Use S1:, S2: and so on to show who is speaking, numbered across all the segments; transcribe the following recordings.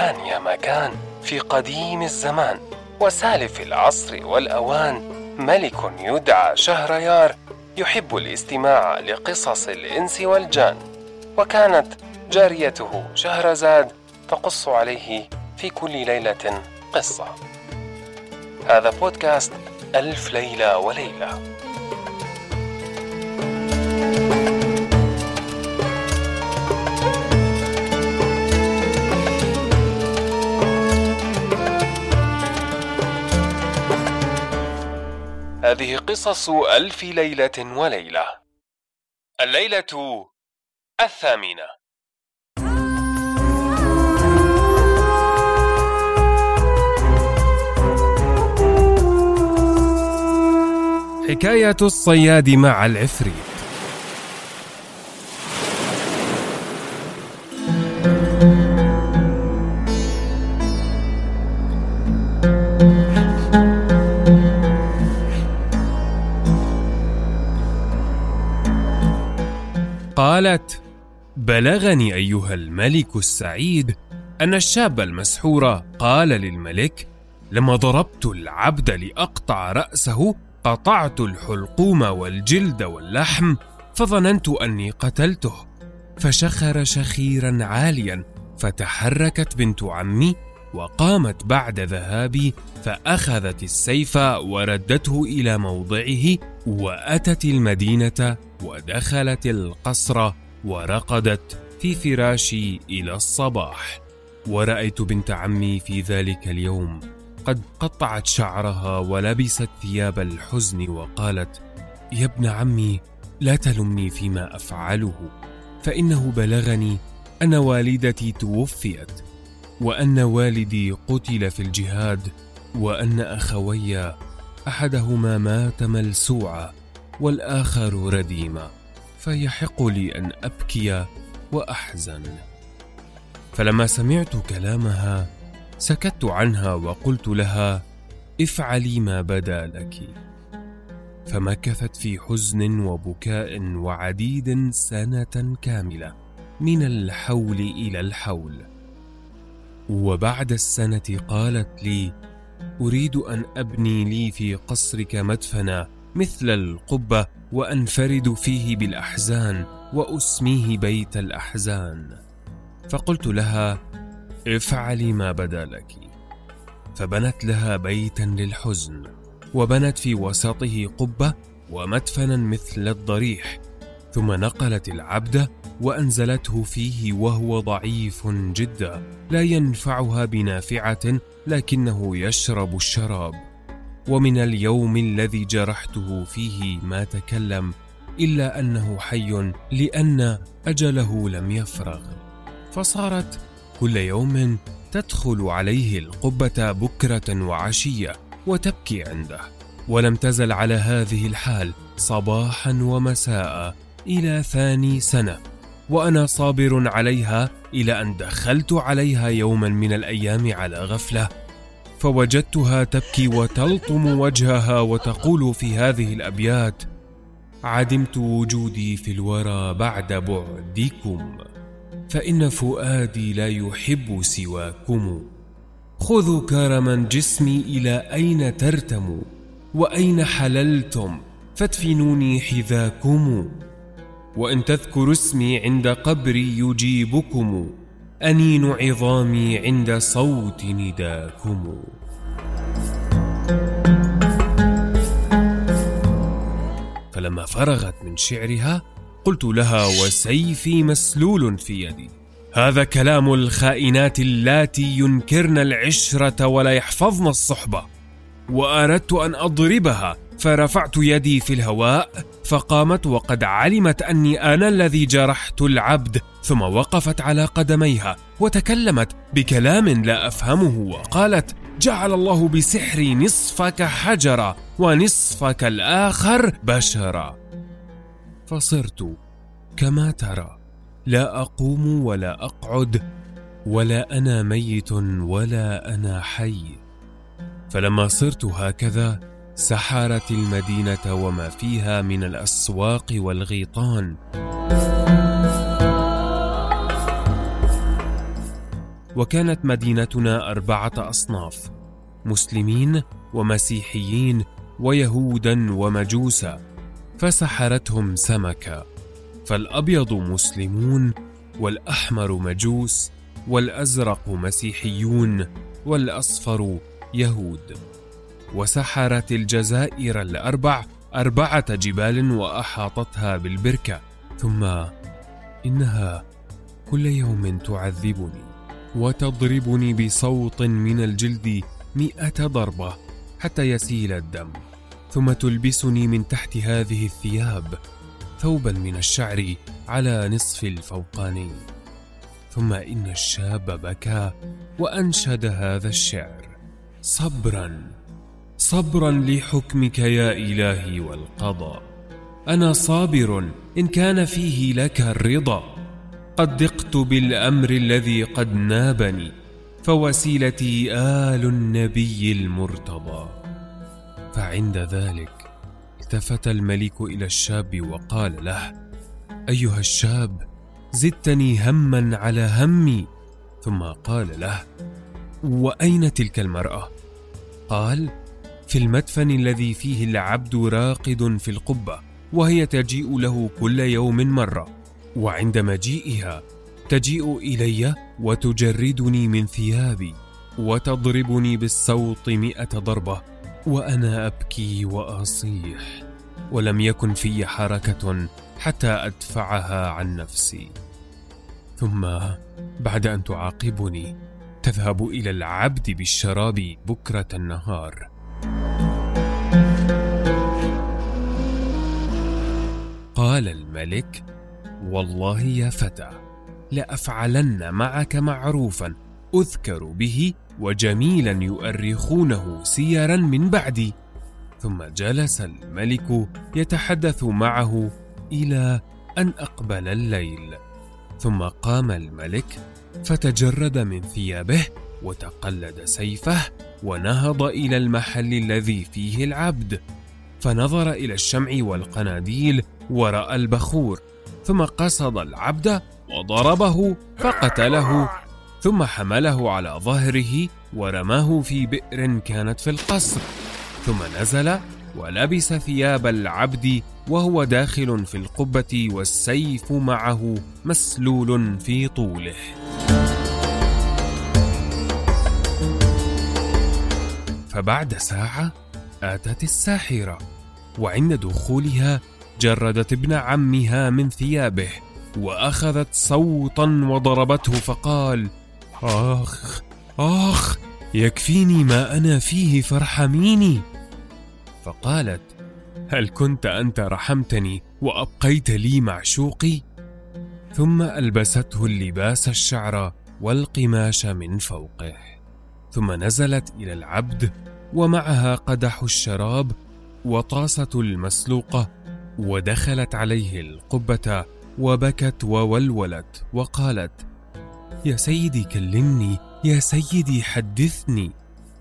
S1: كان يا ما كان في قديم الزمان وسالف العصر والأوان ملك يدعى شهريار يحب الاستماع لقصص الإنس والجان، وكانت جاريته شهرزاد تقص عليه في كل ليلة قصة. هذا بودكاست ألف ليلة وليلة. هذه قصص ألف ليلة وليلة. الليلة 8. حكاية الصياد مع العفريت. قالت: بلغني أيها الملك السعيد أن الشاب المسحور قال للملك: لما ضربت العبد لأقطع رأسه قطعت الحلقوم والجلد واللحم، فظننت أني قتلته. فشخر شخيرا عاليا، فتحركت بنت عمي وقامت بعد ذهابي، فأخذت السيف وردته إلى موضعه، وأتت المدينة ودخلت القصر ورقدت في فراشي إلى الصباح. ورأيت بنت عمي في ذلك اليوم قد قطعت شعرها ولبست ثياب الحزن، وقالت: يا ابن عمي، لا تلمني فيما أفعله، فإنه بلغني أن والدتي توفيت، وأن والدي قتل في الجهاد، وأن أخوي أحدهما مات ملسوعا والآخر رديما، فيحق لي أن أبكي وأحزن. فلما سمعت كلامها سكت عنها وقلت لها: افعلي ما بدا لك. فمكثت في حزن وبكاء وعديد سنة كاملة، من الحول إلى الحول. وبعد السنة قالت لي: أريد أن أبني لي في قصرك مدفنا مثل القبة، وأنفرد فيه بالأحزان، وأسميه بيت الأحزان. فقلت لها: افعلي ما بدا لك. فبنت لها بيتا للحزن، وبنت في وسطه قبة ومدفنا مثل الضريح، ثم نقلت العبد وأنزلته فيه وهو ضعيف جدا، لا ينفعها بنافعة، لكنه يشرب الشراب. ومن اليوم الذي جرحته فيه ما تكلم، إلا أنه حي، لأن أجله لم يفرغ. فصارت كل يوم تدخل عليه القبة بكرة وعشية وتبكي عنده، ولم تزل على هذه الحال صباحا ومساء إلى 2 سنة، وأنا صابر عليها، إلى أن دخلت عليها يوما من الأيام على غفلة، فوجدتها تبكي وتلطم وجهها وتقول في هذه الأبيات: عدمت وجودي في الورى بعد بعدكم، فإن فؤادي لا يحب سواكم. خذوا كرما جسمي إلى أين ترتموا، وأين حللتم فادفنوني حذاكم. وإن تذكروا اسمي عند قبري يجيبكم، أنين عظامي عند صوت نداكم. فلما فرغت من شعرها قلت لها وسيفي مسلول في يدي: هذا كلام الخائنات اللاتي ينكرن العشرة ولا يحفظن الصحبة. وأردت أن أضربها، فرفعت يدي في الهواء، فقامت وقد علمت أني أنا الذي جرحت العبد، ثم وقفت على قدميها وتكلمت بكلام لا أفهمه، وقالت: جعل الله بسحري نصفك حجرا ونصفك الآخر بشرا. فصرت كما ترى، لا أقوم ولا أقعد، ولا أنا ميت ولا أنا حي. فلما صرت هكذا سحرت المدينة وما فيها من الأسواق والغيطان. وكانت مدينتنا 4 أصناف: مسلمين ومسيحيين ويهودا ومجوسا، فسحرتهم سمكة، فالأبيض مسلمون، والأحمر مجوس، والأزرق مسيحيون، والأصفر يهود. وسحرت الجزائر ال4 4 جبال وأحاطتها بالبركة، ثم إنها كل يوم تعذبني وتضربني بصوت من الجلد 100 ضربة حتى يسيل الدم، ثم تلبسني من تحت هذه الثياب ثوبا من الشعر على نصف الفوقاني. ثم إن الشاب بكى وأنشد هذا الشعر: صبرا صبرا لحكمك يا إلهي والقضاء، أنا صابر إن كان فيه لك الرضا، قد ضقت بالأمر الذي قد نابني، فوسيلتي آل النبي المرتضى. فعند ذلك التفت الملك إلى الشاب وقال له: أيها الشاب، زدتني هما على همي. ثم قال له: وأين تلك المرأة؟ قال: في المدفن الذي فيه العبد راقد في القبة، وهي تجيء له كل يوم مرة، وعند مجيئها تجيء إلي وتجردني من ثيابي وتضربني بالسوط 100 ضربة، وأنا أبكي وأصيح، ولم يكن في حركة حتى أدفعها عن نفسي. ثم بعد أن تعاقبني تذهب إلى العبد بالشراب بكرة النهار. قال الملك: والله يا فتى، لأفعلن معك معروفا أذكر به وجميلا يؤرخونه سيرا من بعدي. ثم جلس الملك يتحدث معه إلى أن أقبل الليل، ثم قام الملك فتجرد من ثيابه وتقلد سيفه ونهض إلى المحل الذي فيه العبد، فنظر إلى الشمع والقناديل ورأى البخور، ثم قصد العبد وضربه فقتله، ثم حمله على ظهره ورماه في بئر كانت في القصر، ثم نزل ولبس ثياب العبد وهو داخل في القبة والسيف معه مسلول في طوله. فبعد ساعة آتت الساحرة، وعند دخولها جردت ابن عمها من ثيابه وأخذت صوتا وضربته، فقال: آخ آخ، يكفيني ما أنا فيه فارحميني. فقالت: هل كنت أنت رحمتني وأبقيت لي معشوقي؟ ثم ألبسته اللباس الشعر والقماش من فوقه، ثم نزلت إلى العبد ومعها قدح الشراب وطاسة المسلوقة، ودخلت عليه القبة وبكت وولولت وقالت: يا سيدي كلمني، يا سيدي حدثني.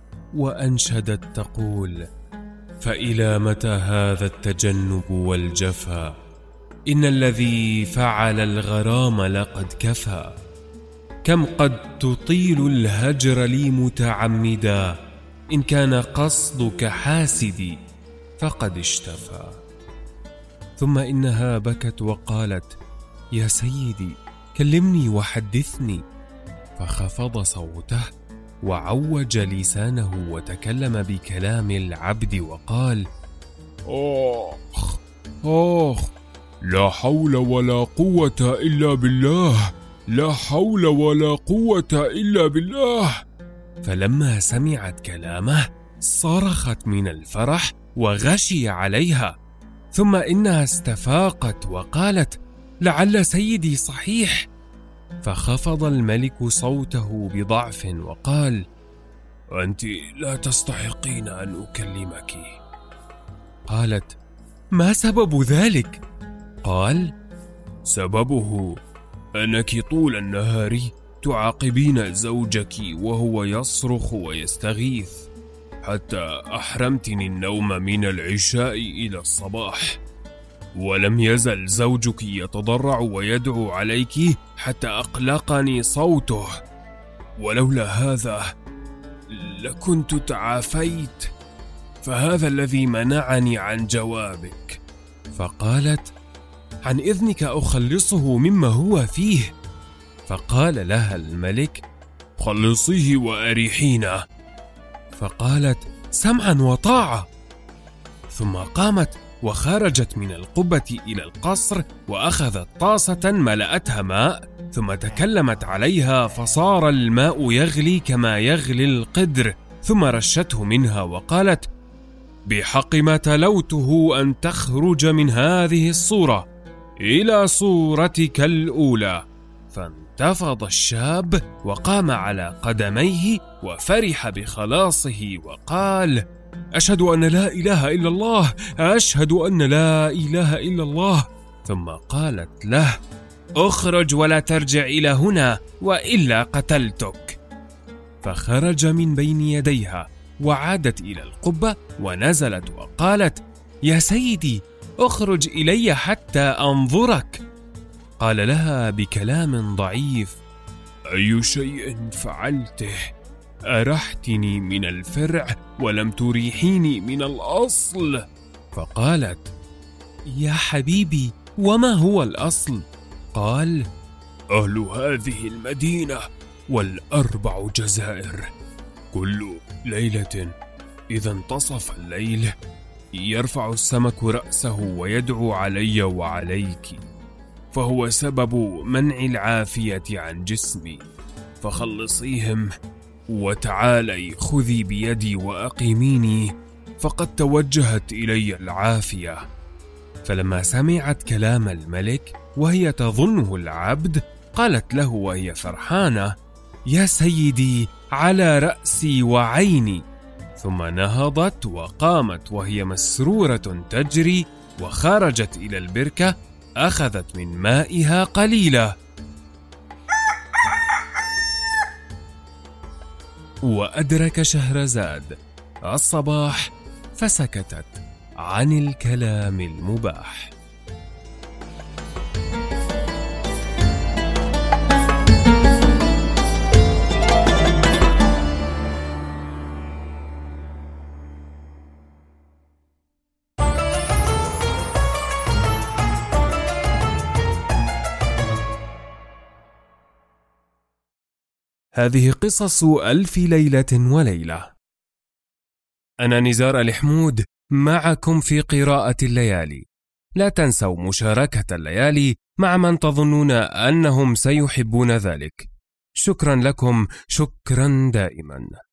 S1: وأنشدت تقول: فإلى متى هذا التجنب والجفا؟ إن الذي فعل الغرام لقد كفى. كم قد تطيل الهجر لي متعمدا، إن كان قصدك حاسدي فقد اشتفى. ثم إنها بكت وقالت: يا سيدي كلمني وحدثني. فخفض صوته وعوج لسانه وتكلم بكلام العبد وقال: آخ آخ، لا حول ولا قوة إلا بالله، لا حول ولا قوة إلا بالله. فلما سمعت كلامه صرخت من الفرح وغشي عليها، ثم إنها استفاقت وقالت: لعل سيدي صحيح. فخفض الملك صوته بضعف وقال: أنت لا تستحقين أن أكلمك. قالت: ما سبب ذلك؟ قال: سببه أنك طول النهار تعاقبين زوجك وهو يصرخ ويستغيث، حتى أحرمتني النوم من العشاء إلى الصباح، ولم يزل زوجك يتضرع ويدعو عليك حتى أقلقني صوته، ولولا هذا لكنت تعافيت، فهذا الذي منعني عن جوابك. فقالت: عن إذنك أخلصه مما هو فيه. فقال لها الملك: خلصيه وأريحينا. فقالت: سمعا وطاعة. ثم قامت وخرجت من القبة إلى القصر، وأخذت طاسة ملأتها ماء، ثم تكلمت عليها فصار الماء يغلي كما يغلي القدر، ثم رشته منها وقالت: بحق ما تلوته أن تخرج من هذه الصورة إلى صورتك الأولى. فانتفض الشاب وقام على قدميه وفرح بخلاصه وقال: أشهد أن لا إله إلا الله، أشهد أن لا إله إلا الله. ثم قالت له: اخرج ولا ترجع إلى هنا وإلا قتلتك. فخرج من بين يديها وعادت إلى القبة ونزلت وقالت: يا سيدي اخرج إلي حتى أنظرك. قال لها بكلام ضعيف: أي شيء فعلته؟ أرحتني من الفرع ولم تريحيني من الأصل. فقالت: يا حبيبي وما هو الأصل؟ قال: أهل هذه المدينة وال4 جزائر، كل ليلة إذا انتصف الليل يرفع السمك رأسه ويدعو علي وعليك، فهو سبب منع العافية عن جسمي، فخلصيهم وتعالي خذي بيدي وأقيميني، فقد توجهت إلي العافية. فلما سمعت كلام الملك وهي تظنه العبد، قالت له وهي فرحانة: يا سيدي على رأسي وعيني. ثم نهضت وقامت وهي مسرورة تجري، وخرجت إلى البركة، أخذت من مائها قليلا، وأدرك شهرزاد الصباح فسكتت عن الكلام المباح. هذه قصص 1000 ليلة وليلة. أنا نزار الحمود معكم في قراءة الليالي. لا تنسوا مشاركة الليالي مع من تظنون أنهم سيحبون ذلك. شكرا لكم، شكرا دائما.